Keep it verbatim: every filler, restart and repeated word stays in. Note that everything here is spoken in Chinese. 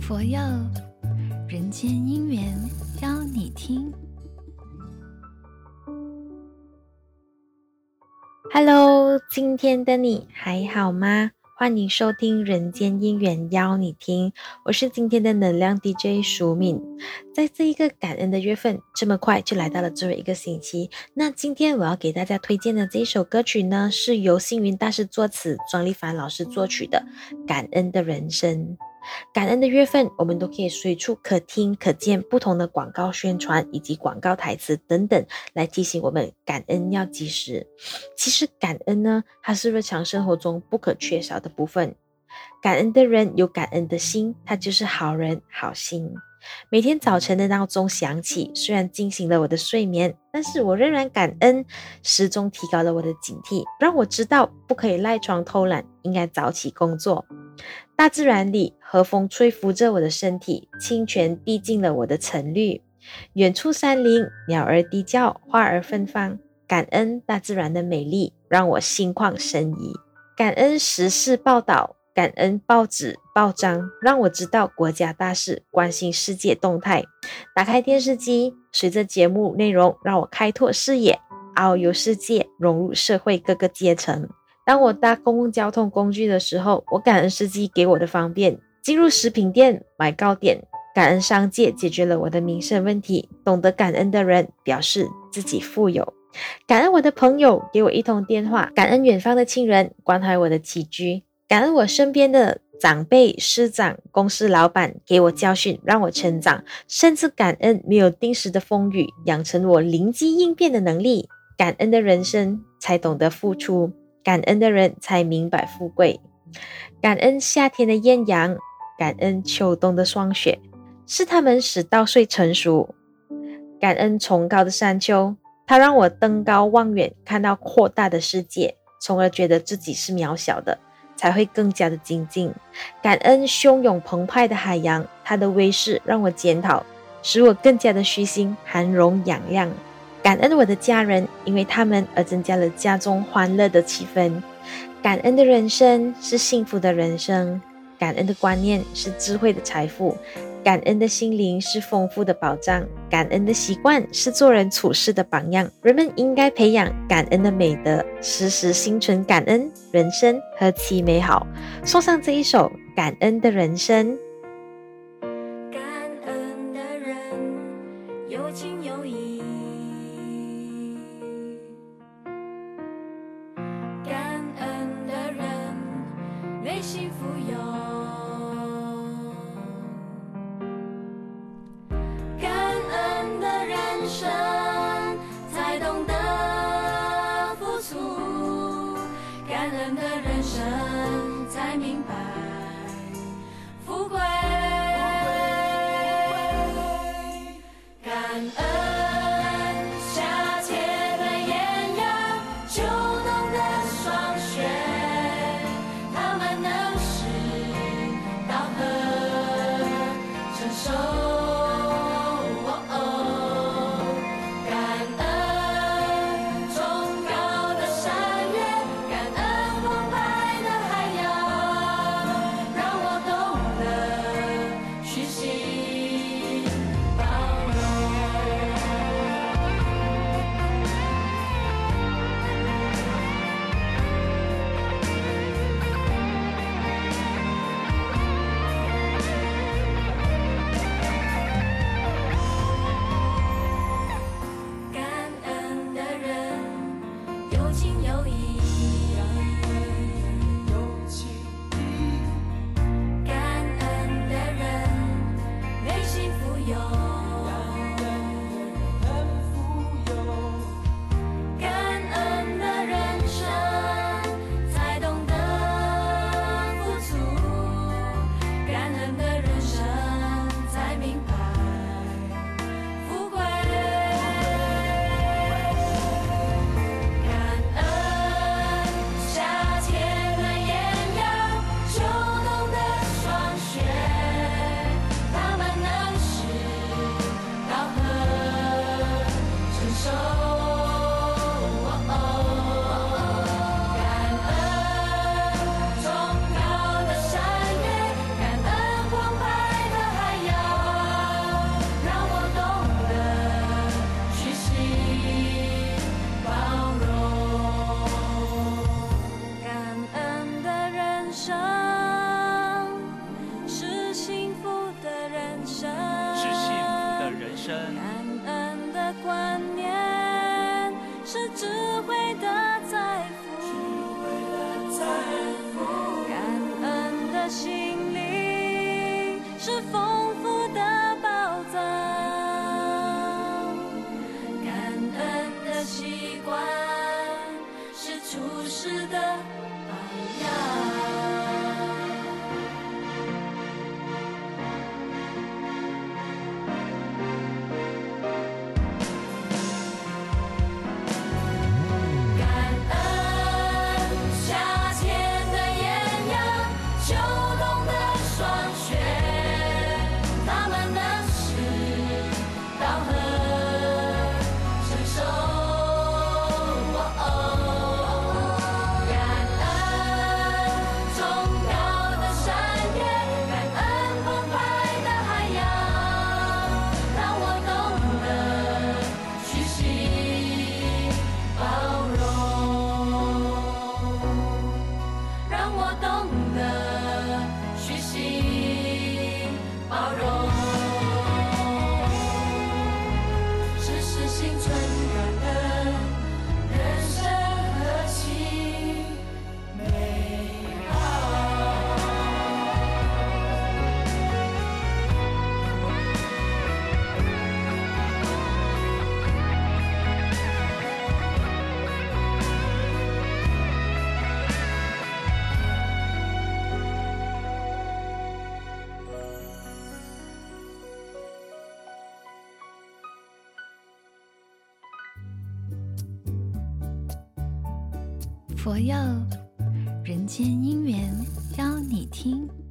佛佑，人间姻缘邀你听。 Hello， 今天的你还好吗？欢迎收听人间姻缘邀你听，我是今天的能量 D J 淑敏。在这一个感恩的月份，这么快就来到了最后一个星期。那今天我要给大家推荐的这一首歌曲呢，是由星云大师作词，庄丽凡老师作曲的《感恩的人生》。感恩的月份，我们都可以随处可听可见不同的广告宣传以及广告台词等等，来提醒我们感恩要及时。其实感恩呢，它是日常生活中不可缺少的部分。感恩的人有感恩的心，他就是好人好心。每天早晨的闹钟响起，虽然惊醒了我的睡眠，但是我仍然感恩，时钟提高了我的警惕，让我知道不可以赖床偷懒，应该早起工作。大自然里，和风吹拂着我的身体，清泉滴进了我的晨绿。远处山林，鸟儿啼叫，花儿芬芳。感恩大自然的美丽，让我心旷神怡。感恩时事报道，感恩报纸报章，让我知道国家大事，关心世界动态。打开电视机，随着节目内容，让我开拓视野，遨游世界，融入社会各个阶层。当我搭公共交通工具的时候，我感恩司机给我的方便。进入食品店买糕点，感恩商界解决了我的民生问题。懂得感恩的人表示自己富有。感恩我的朋友给我一通电话，感恩远方的亲人关怀我的起居，感恩我身边的长辈、师长、公司老板给我教训，让我成长，甚至感恩没有定时的风雨，养成我灵机应变的能力。感恩的人生才懂得付出，感恩的人才明白富贵。感恩夏天的艳阳，感恩秋冬的霜雪，是他们使稻穗成熟。感恩崇高的山丘，它让我登高望远，看到扩大的世界，从而觉得自己是渺小的，才会更加的精进。感恩汹涌澎湃的海洋，它的威势让我检讨，使我更加的虚心涵容养量。感恩我的家人，因为他们而增加了家中欢乐的气氛。感恩的人生是幸福的人生，感恩的观念是智慧的财富，感恩的心灵是丰富的宝藏，感恩的习惯是做人处事的榜样。人们应该培养感恩的美德，时时心存感恩，人生何其美好。送上这一首《感恩的人生》。 感恩的人有情有义，感恩的人内心富有，感恩的人生才懂得付出，感恩的人生才明白富贵。感恩夏天的艳阳，秋冬的霜雪，它们能使稻禾成熟。感恩崇高的山岳，感恩澎湃的海洋，让我懂得虚心包容。 让我懂得学习包容。时时心存感恩，人生何其美好。 佛佑人间姻缘，邀你听。